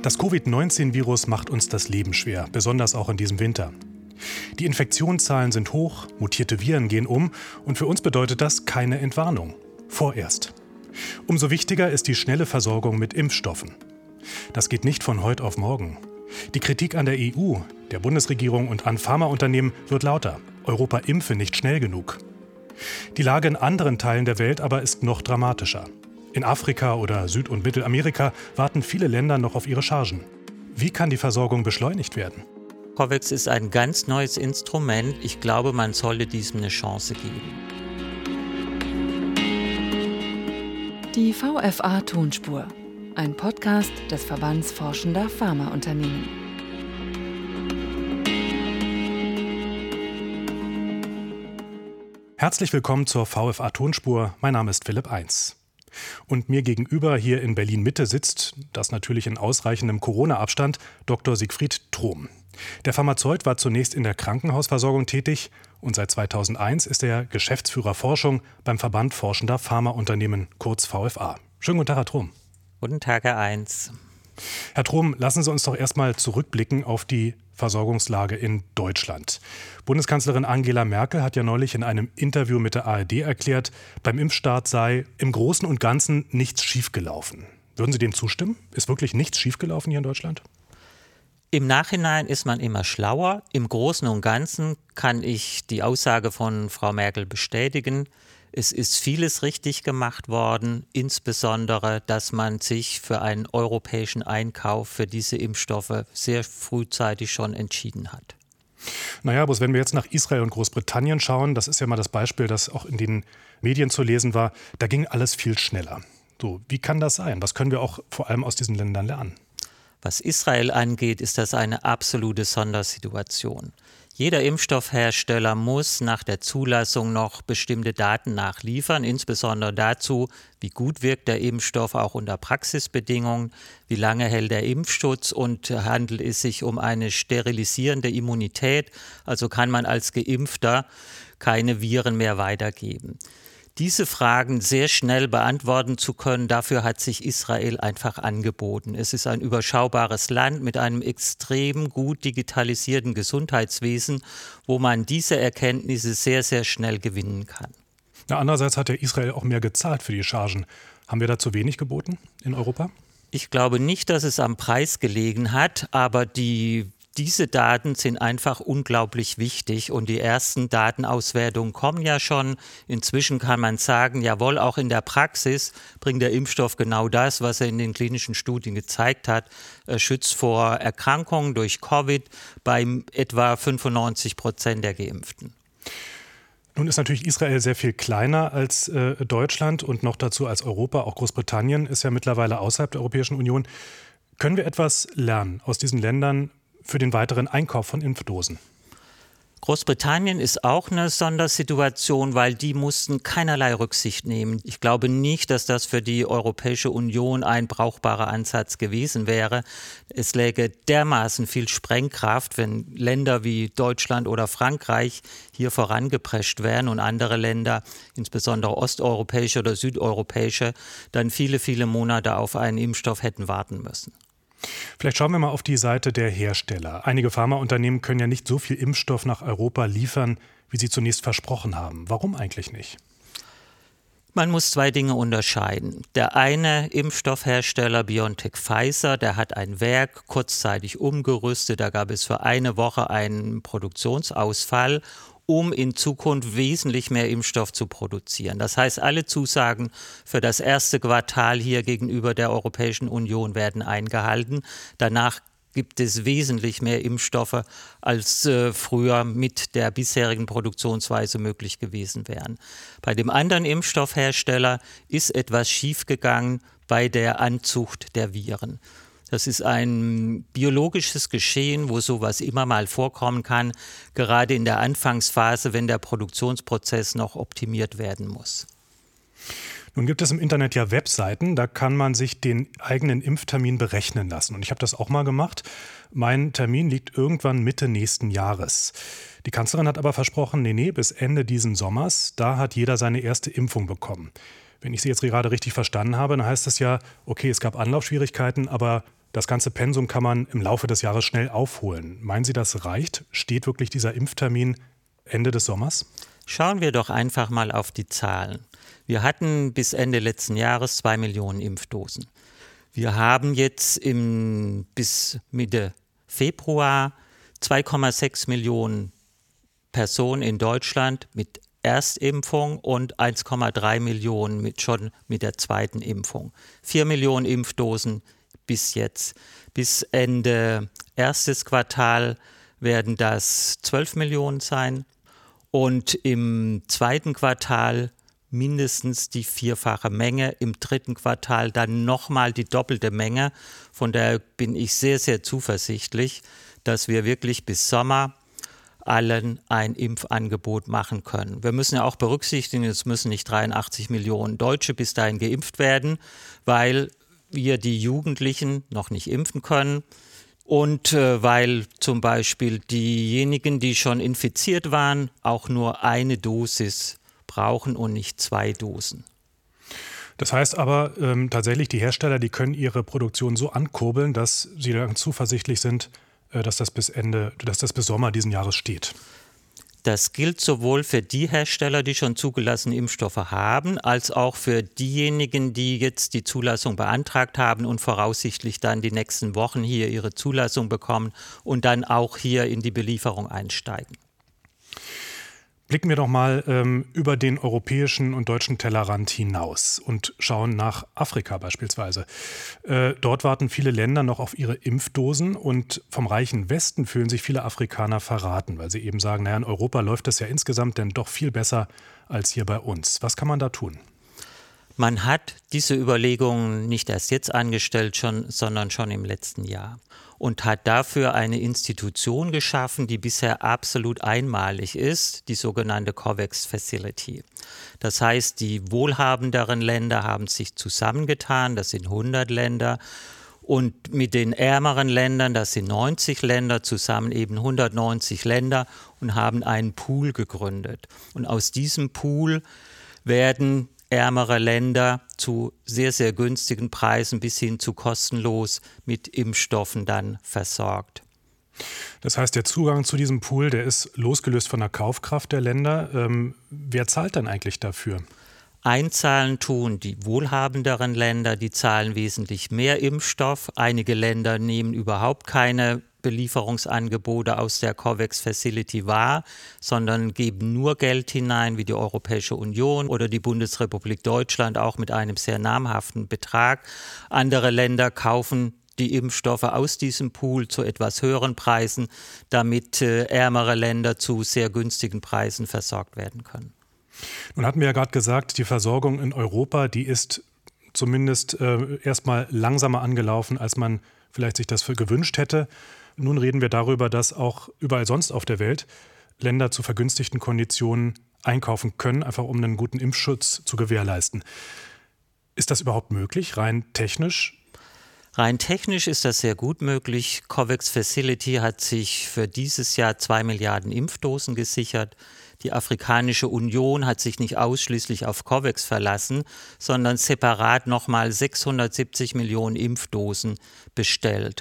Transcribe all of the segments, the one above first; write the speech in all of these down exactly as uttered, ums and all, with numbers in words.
Das Covid neunzehn Virus macht uns das Leben schwer, besonders auch in diesem Winter. Die Infektionszahlen sind hoch, mutierte Viren gehen um und für uns bedeutet das keine Entwarnung. Vorerst. Umso wichtiger ist die schnelle Versorgung mit Impfstoffen. Das geht nicht von heute auf morgen. Die Kritik an der E U, der Bundesregierung und an Pharmaunternehmen wird lauter. Europa impfe nicht schnell genug. Die Lage in anderen Teilen der Welt aber ist noch dramatischer. In Afrika oder Süd- und Mittelamerika warten viele Länder noch auf ihre Chargen. Wie kann die Versorgung beschleunigt werden? COVAX ist ein ganz neues Instrument. Ich glaube, man sollte diesem eine Chance geben. Die V F A-Tonspur, ein Podcast des Verbands Forschender Pharmaunternehmen. Herzlich willkommen zur V F A-Tonspur. Mein Name ist Philipp Eins. Und mir gegenüber hier in Berlin-Mitte sitzt, das natürlich in ausreichendem Corona-Abstand, Doktor Siegfried Trom. Der Pharmazeut war zunächst in der Krankenhausversorgung tätig und seit zweitausendeins ist er Geschäftsführer Forschung beim Verband Forschender Pharmaunternehmen, kurz V F A. Schönen guten Tag, Herr Trom. Guten Tag, Herr Eins. Herr Trom, lassen Sie uns doch erstmal zurückblicken auf die Versorgungslage in Deutschland. Bundeskanzlerin Angela Merkel hat ja neulich in einem Interview mit der A R D erklärt, beim Impfstart sei im Großen und Ganzen nichts schiefgelaufen. Würden Sie dem zustimmen? Ist wirklich nichts schiefgelaufen hier in Deutschland? Im Nachhinein ist man immer schlauer. Im Großen und Ganzen kann ich die Aussage von Frau Merkel bestätigen. Es ist vieles richtig gemacht worden, insbesondere, dass man sich für einen europäischen Einkauf für diese Impfstoffe sehr frühzeitig schon entschieden hat. Naja, bloß wenn wir jetzt nach Israel und Großbritannien schauen, das ist ja mal das Beispiel, das auch in den Medien zu lesen war, da ging alles viel schneller. So, wie kann das sein? Was können wir auch vor allem aus diesen Ländern lernen? Was Israel angeht, ist das eine absolute Sondersituation. Jeder Impfstoffhersteller muss nach der Zulassung noch bestimmte Daten nachliefern, insbesondere dazu, wie gut wirkt der Impfstoff auch unter Praxisbedingungen, wie lange hält der Impfschutz und handelt es sich um eine sterilisierende Immunität, also kann man als Geimpfter keine Viren mehr weitergeben. Diese Fragen sehr schnell beantworten zu können, dafür hat sich Israel einfach angeboten. Es ist ein überschaubares Land mit einem extrem gut digitalisierten Gesundheitswesen, wo man diese Erkenntnisse sehr, sehr schnell gewinnen kann. Na, andererseits hat ja Israel auch mehr gezahlt für die Chargen. Haben wir da zu wenig geboten in Europa? Ich glaube nicht, dass es am Preis gelegen hat, aber die Diese Daten sind einfach unglaublich wichtig und die ersten Datenauswertungen kommen ja schon. Inzwischen kann man sagen, jawohl, auch in der Praxis bringt der Impfstoff genau das, was er in den klinischen Studien gezeigt hat. Er schützt vor Erkrankungen durch Covid bei etwa fünfundneunzig Prozent der Geimpften. Nun ist natürlich Israel sehr viel kleiner als äh, Deutschland und noch dazu als Europa. Auch Großbritannien ist ja mittlerweile außerhalb der Europäischen Union. Können wir etwas lernen aus diesen Ländern für den weiteren Einkauf von Impfdosen? Großbritannien ist auch eine Sondersituation, weil die mussten keinerlei Rücksicht nehmen. Ich glaube nicht, dass das für die Europäische Union ein brauchbarer Ansatz gewesen wäre. Es läge dermaßen viel Sprengkraft, wenn Länder wie Deutschland oder Frankreich hier vorangeprescht wären und andere Länder, insbesondere osteuropäische oder südeuropäische, dann viele, viele Monate auf einen Impfstoff hätten warten müssen. Vielleicht schauen wir mal auf die Seite der Hersteller. Einige Pharmaunternehmen können ja nicht so viel Impfstoff nach Europa liefern, wie sie zunächst versprochen haben. Warum eigentlich nicht? Man muss zwei Dinge unterscheiden. Der eine Impfstoffhersteller BioNTech Pfizer, der hat ein Werk kurzzeitig umgerüstet. Da gab es für eine Woche einen Produktionsausfall, um in Zukunft wesentlich mehr Impfstoff zu produzieren. Das heißt, alle Zusagen für das erste Quartal hier gegenüber der Europäischen Union werden eingehalten. Danach gibt es wesentlich mehr Impfstoffe, als äh, früher mit der bisherigen Produktionsweise möglich gewesen wären. Bei dem anderen Impfstoffhersteller ist etwas schiefgegangen bei der Anzucht der Viren. Das ist ein biologisches Geschehen, wo sowas immer mal vorkommen kann, gerade in der Anfangsphase, wenn der Produktionsprozess noch optimiert werden muss. Nun gibt es im Internet ja Webseiten, da kann man sich den eigenen Impftermin berechnen lassen. Und ich habe das auch mal gemacht. Mein Termin liegt irgendwann Mitte nächsten Jahres. Die Kanzlerin hat aber versprochen, nee, nee, bis Ende diesen Sommers, da hat jeder seine erste Impfung bekommen. Wenn ich Sie jetzt gerade richtig verstanden habe, dann heißt das ja, okay, es gab Anlaufschwierigkeiten, aber das ganze Pensum kann man im Laufe des Jahres schnell aufholen. Meinen Sie, das reicht? Steht wirklich dieser Impftermin Ende des Sommers? Schauen wir doch einfach mal auf die Zahlen. Wir hatten bis Ende letzten Jahres zwei Millionen Impfdosen. Wir haben jetzt im, bis Mitte Februar zwei Komma sechs Millionen Personen in Deutschland mit Erstimpfung und eins Komma drei Millionen mit, schon mit der zweiten Impfung. vier Millionen Impfdosen bis jetzt. Bis Ende erstes Quartal werden das zwölf Millionen sein und im zweiten Quartal mindestens die vierfache Menge, im dritten Quartal dann nochmal die doppelte Menge. Von daher bin ich sehr, sehr zuversichtlich, dass wir wirklich bis Sommer allen ein Impfangebot machen können. Wir müssen ja auch berücksichtigen, es müssen nicht dreiundachtzig Millionen Deutsche bis dahin geimpft werden, weil wir die Jugendlichen noch nicht impfen können und äh, weil zum Beispiel diejenigen, die schon infiziert waren, auch nur eine Dosis brauchen und nicht zwei Dosen. Das heißt aber ähm, tatsächlich, die Hersteller, die können ihre Produktion so ankurbeln, dass sie dann zuversichtlich sind, äh, dass das bis Ende, dass das bis Sommer diesen Jahres steht. Das gilt sowohl für die Hersteller, die schon zugelassene Impfstoffe haben, als auch für diejenigen, die jetzt die Zulassung beantragt haben und voraussichtlich dann die nächsten Wochen hier ihre Zulassung bekommen und dann auch hier in die Belieferung einsteigen. Blicken wir doch mal ähm, über den europäischen und deutschen Tellerrand hinaus und schauen nach Afrika beispielsweise. Äh, dort warten viele Länder noch auf ihre Impfdosen und vom reichen Westen fühlen sich viele Afrikaner verraten, weil sie eben sagen, naja, in Europa läuft es ja insgesamt denn doch viel besser als hier bei uns. Was kann man da tun? Man hat diese Überlegungen nicht erst jetzt angestellt, schon, sondern schon im letzten Jahr und hat dafür eine Institution geschaffen, die bisher absolut einmalig ist, die sogenannte COVAX Facility. Das heißt, die wohlhabenderen Länder haben sich zusammengetan, das sind hundert Länder, und mit den ärmeren Ländern, das sind neunzig Länder, zusammen eben hundertneunzig Länder und haben einen Pool gegründet. Und aus diesem Pool werden ärmere Länder zu sehr, sehr günstigen Preisen bis hin zu kostenlos mit Impfstoffen dann versorgt. Das heißt, der Zugang zu diesem Pool, der ist losgelöst von der Kaufkraft der Länder. Ähm, wer zahlt dann eigentlich dafür? Einzahlen tun die wohlhabenderen Länder, die zahlen wesentlich mehr Impfstoff. Einige Länder nehmen überhaupt keine Belieferungsangebote aus der COVAX Facility wahr, sondern geben nur Geld hinein, wie die Europäische Union oder die Bundesrepublik Deutschland, auch mit einem sehr namhaften Betrag. Andere Länder kaufen die Impfstoffe aus diesem Pool zu etwas höheren Preisen, damit äh, ärmere Länder zu sehr günstigen Preisen versorgt werden können. Nun hatten wir ja gerade gesagt, die Versorgung in Europa, die ist zumindest äh, erstmal langsamer angelaufen, als man vielleicht sich das für gewünscht hätte. Nun reden wir darüber, dass auch überall sonst auf der Welt Länder zu vergünstigten Konditionen einkaufen können, einfach um einen guten Impfschutz zu gewährleisten. Ist das überhaupt möglich, rein technisch? Rein technisch ist das sehr gut möglich. COVAX Facility hat sich für dieses Jahr zwei Milliarden Impfdosen gesichert. Die Afrikanische Union hat sich nicht ausschließlich auf COVAX verlassen, sondern separat nochmal sechshundertsiebzig Millionen Impfdosen bestellt.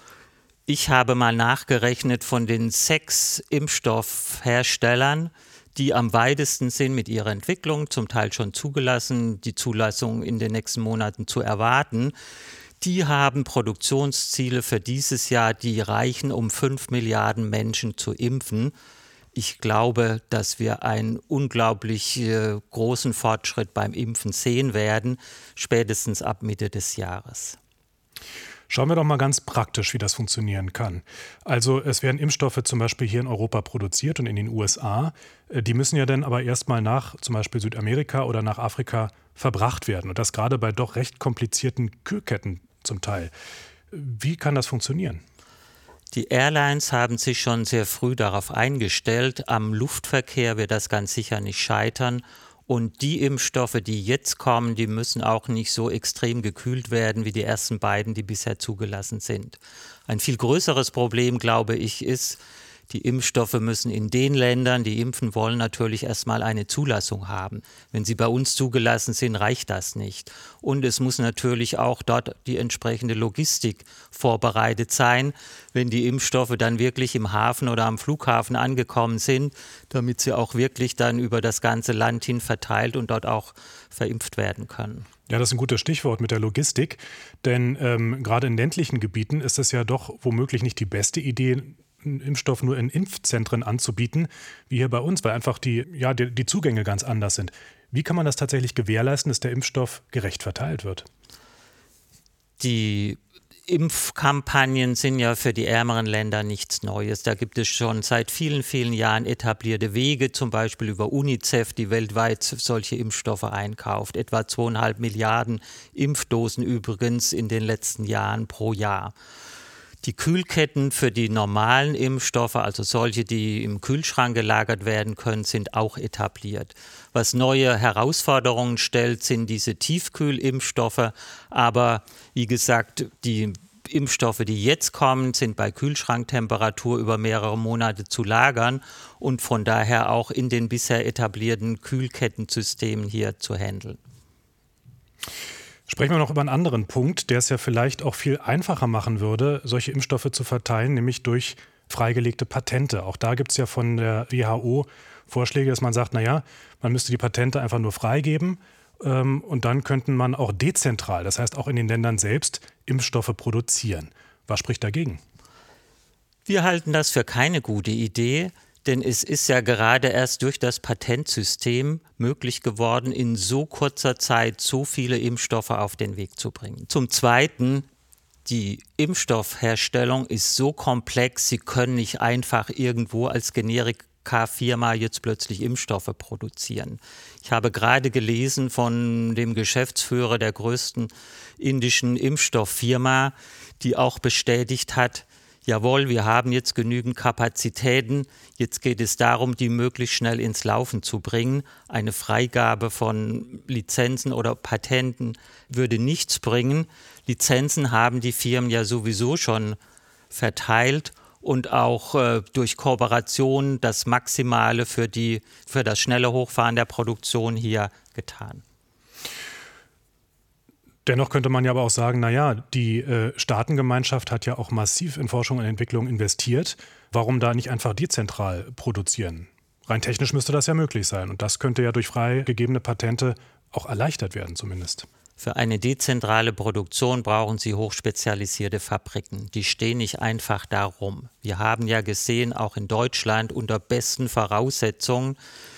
Ich habe mal nachgerechnet, von den sechs Impfstoffherstellern, die am weitesten sind mit ihrer Entwicklung, zum Teil schon zugelassen, die Zulassung in den nächsten Monaten zu erwarten, die haben Produktionsziele für dieses Jahr, die reichen, um fünf Milliarden Menschen zu impfen. Ich glaube, dass wir einen unglaublich äh, großen Fortschritt beim Impfen sehen werden, spätestens ab Mitte des Jahres. Schauen wir doch mal ganz praktisch, wie das funktionieren kann. Also es werden Impfstoffe zum Beispiel hier in Europa produziert und in den U S A. Die müssen ja dann aber erstmal nach zum Beispiel Südamerika oder nach Afrika verbracht werden. Und das gerade bei doch recht komplizierten Kühlketten zum Teil. Wie kann das funktionieren? Die Airlines haben sich schon sehr früh darauf eingestellt. Am Luftverkehr wird das ganz sicher nicht scheitern. Und die Impfstoffe, die jetzt kommen, die müssen auch nicht so extrem gekühlt werden wie die ersten beiden, die bisher zugelassen sind. Ein viel größeres Problem, glaube ich, ist Die Impfstoffe müssen in den Ländern, die impfen wollen, natürlich erstmal eine Zulassung haben. Wenn sie bei uns zugelassen sind, reicht das nicht. Und es muss natürlich auch dort die entsprechende Logistik vorbereitet sein, wenn die Impfstoffe dann wirklich im Hafen oder am Flughafen angekommen sind, damit sie auch wirklich dann über das ganze Land hin verteilt und dort auch verimpft werden können. Ja, das ist ein gutes Stichwort mit der Logistik, denn ähm, gerade in ländlichen Gebieten ist es ja doch womöglich nicht die beste Idee, einen Impfstoff nur in Impfzentren anzubieten, wie hier bei uns, weil einfach die, ja, die, die Zugänge ganz anders sind. Wie kann man das tatsächlich gewährleisten, dass der Impfstoff gerecht verteilt wird? Die Impfkampagnen sind ja für die ärmeren Länder nichts Neues. Da gibt es schon seit vielen, vielen Jahren etablierte Wege, zum Beispiel über UNICEF, die weltweit solche Impfstoffe einkauft. Etwa zweieinhalb Milliarden Impfdosen übrigens in den letzten Jahren pro Jahr. Die Kühlketten für die normalen Impfstoffe, also solche, die im Kühlschrank gelagert werden können, sind auch etabliert. Was neue Herausforderungen stellt, sind diese Tiefkühlimpfstoffe. Aber wie gesagt, die Impfstoffe, die jetzt kommen, sind bei Kühlschranktemperatur über mehrere Monate zu lagern und von daher auch in den bisher etablierten Kühlkettensystemen hier zu handeln. Sprechen wir noch über einen anderen Punkt, der es ja vielleicht auch viel einfacher machen würde, solche Impfstoffe zu verteilen, nämlich durch freigelegte Patente. Auch da gibt es ja von der W H O Vorschläge, dass man sagt, naja, man müsste die Patente einfach nur freigeben ähm, und dann könnten man auch dezentral, das heißt auch in den Ländern selbst, Impfstoffe produzieren. Was spricht dagegen? Wir halten das für keine gute Idee. Denn es ist ja gerade erst durch das Patentsystem möglich geworden, in so kurzer Zeit so viele Impfstoffe auf den Weg zu bringen. Zum Zweiten, die Impfstoffherstellung ist so komplex, Sie können nicht einfach irgendwo als Generika-Firma jetzt plötzlich Impfstoffe produzieren. Ich habe gerade gelesen von dem Geschäftsführer der größten indischen Impfstofffirma, die auch bestätigt hat, jawohl, wir haben jetzt genügend Kapazitäten, jetzt geht es darum, die möglichst schnell ins Laufen zu bringen. Eine Freigabe von Lizenzen oder Patenten würde nichts bringen. Lizenzen haben die Firmen ja sowieso schon verteilt und auch äh, durch Kooperation das Maximale für, die, für das schnelle Hochfahren der Produktion hier getan. Dennoch könnte man ja aber auch sagen, naja, die äh, Staatengemeinschaft hat ja auch massiv in Forschung und Entwicklung investiert. Warum da nicht einfach dezentral produzieren? Rein technisch müsste das ja möglich sein. Und das könnte ja durch freigegebene Patente auch erleichtert werden zumindest. Für eine dezentrale Produktion brauchen Sie hochspezialisierte Fabriken. Die stehen nicht einfach darum. Wir haben ja gesehen, auch in Deutschland unter besten Voraussetzungen,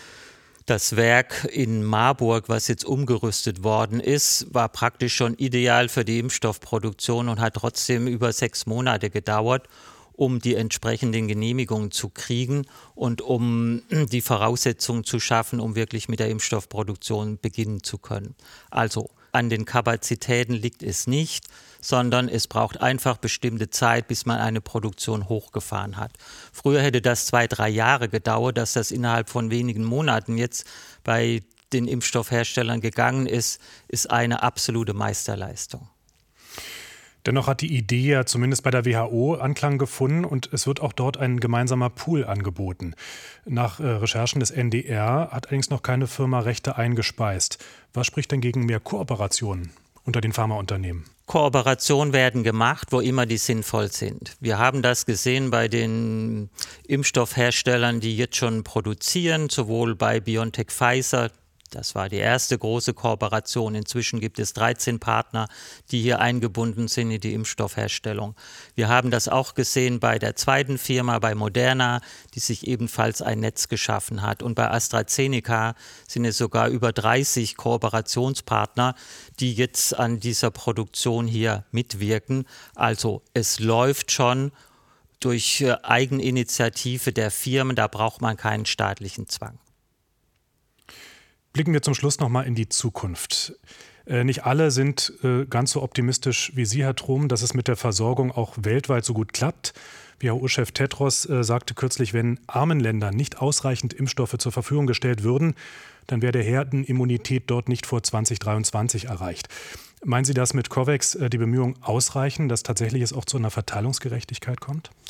das Werk in Marburg, was jetzt umgerüstet worden ist, war praktisch schon ideal für die Impfstoffproduktion und hat trotzdem über sechs Monate gedauert, um die entsprechenden Genehmigungen zu kriegen und um die Voraussetzungen zu schaffen, um wirklich mit der Impfstoffproduktion beginnen zu können. Also an den Kapazitäten liegt es nicht, sondern es braucht einfach bestimmte Zeit, bis man eine Produktion hochgefahren hat. Früher hätte das zwei, drei Jahre gedauert, dass das innerhalb von wenigen Monaten jetzt bei den Impfstoffherstellern gegangen ist, ist eine absolute Meisterleistung. Dennoch hat die Idee ja zumindest bei der W H O Anklang gefunden und es wird auch dort ein gemeinsamer Pool angeboten. Nach äh, Recherchen des N D R hat allerdings noch keine Firma Rechte eingespeist. Was spricht denn gegen mehr Kooperationen unter den Pharmaunternehmen? Kooperationen werden gemacht, wo immer die sinnvoll sind. Wir haben das gesehen bei den Impfstoffherstellern, die jetzt schon produzieren, sowohl bei BioNTech Pfizer. Das war die erste große Kooperation. Inzwischen gibt es dreizehn Partner, die hier eingebunden sind in die Impfstoffherstellung. Wir haben das auch gesehen bei der zweiten Firma, bei Moderna, die sich ebenfalls ein Netz geschaffen hat. Und bei AstraZeneca sind es sogar über dreißig Kooperationspartner, die jetzt an dieser Produktion hier mitwirken. Also es läuft schon durch Eigeninitiative der Firmen, da braucht man keinen staatlichen Zwang. Blicken wir zum Schluss noch mal in die Zukunft. Äh, nicht alle sind äh, ganz so optimistisch wie Sie, Herr Trom, dass es mit der Versorgung auch weltweit so gut klappt. W H O-Chef Tedros äh, sagte kürzlich, wenn armen Ländern nicht ausreichend Impfstoffe zur Verfügung gestellt würden, dann wäre der Herdenimmunität dort nicht vor zwanzig dreiundzwanzig erreicht. Meinen Sie, dass mit COVAX äh, die Bemühungen ausreichen, dass tatsächlich es auch zu einer Verteilungsgerechtigkeit kommt?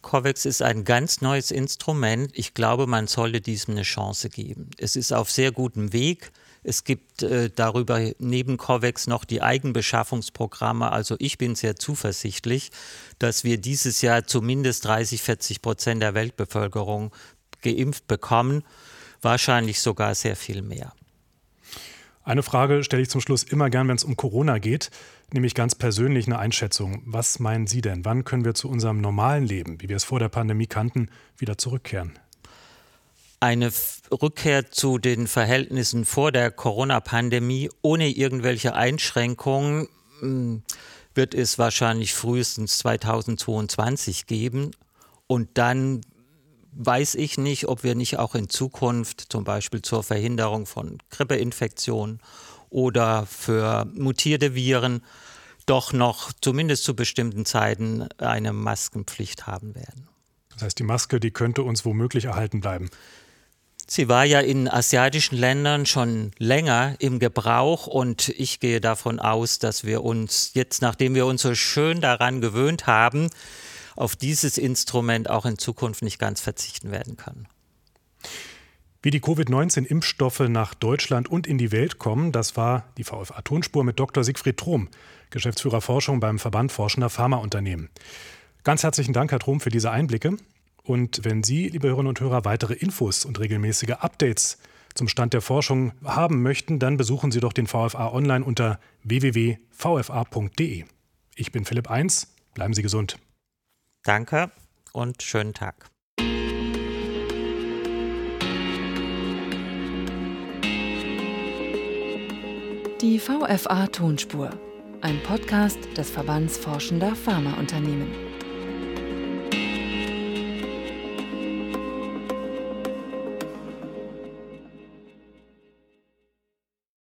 COVAX ist ein ganz neues Instrument. Ich glaube, man sollte diesem eine Chance geben. Es ist auf sehr gutem Weg. Es gibt äh, darüber neben COVAX noch die Eigenbeschaffungsprogramme. Also ich bin sehr zuversichtlich, dass wir dieses Jahr zumindest dreißig, vierzig Prozent der Weltbevölkerung geimpft bekommen. Wahrscheinlich sogar sehr viel mehr. Eine Frage stelle ich zum Schluss immer gern, wenn es um Corona geht, nämlich ganz persönlich eine Einschätzung. Was meinen Sie denn? Wann können wir zu unserem normalen Leben, wie wir es vor der Pandemie kannten, wieder zurückkehren? Eine F- Rückkehr zu den Verhältnissen vor der Corona-Pandemie ohne irgendwelche Einschränkungen mh, wird es wahrscheinlich frühestens zweitausendzweiundzwanzig geben. Und dann weiß ich nicht, ob wir nicht auch in Zukunft zum Beispiel zur Verhinderung von Grippeinfektionen oder für mutierte Viren doch noch zumindest zu bestimmten Zeiten eine Maskenpflicht haben werden. Das heißt, die Maske, die könnte uns womöglich erhalten bleiben. Sie war ja in asiatischen Ländern schon länger im Gebrauch und ich gehe davon aus, dass wir uns jetzt, nachdem wir uns so schön daran gewöhnt haben, auf dieses Instrument auch in Zukunft nicht ganz verzichten werden können. Wie die Covid neunzehn Impfstoffe nach Deutschland und in die Welt kommen, das war die V F A-Tonspur mit Doktor Siegfried Trom, Geschäftsführer Forschung beim Verband Forschender Pharmaunternehmen. Ganz herzlichen Dank, Herr Trom, für diese Einblicke. Und wenn Sie, liebe Hörerinnen und Hörer, weitere Infos und regelmäßige Updates zum Stand der Forschung haben möchten, dann besuchen Sie doch den V F A online unter w w w punkt v f a punkt d e. Ich bin Philipp Eins, bleiben Sie gesund. Danke und schönen Tag. Die V F A-Tonspur, ein Podcast des Verbands Forschender Pharmaunternehmen.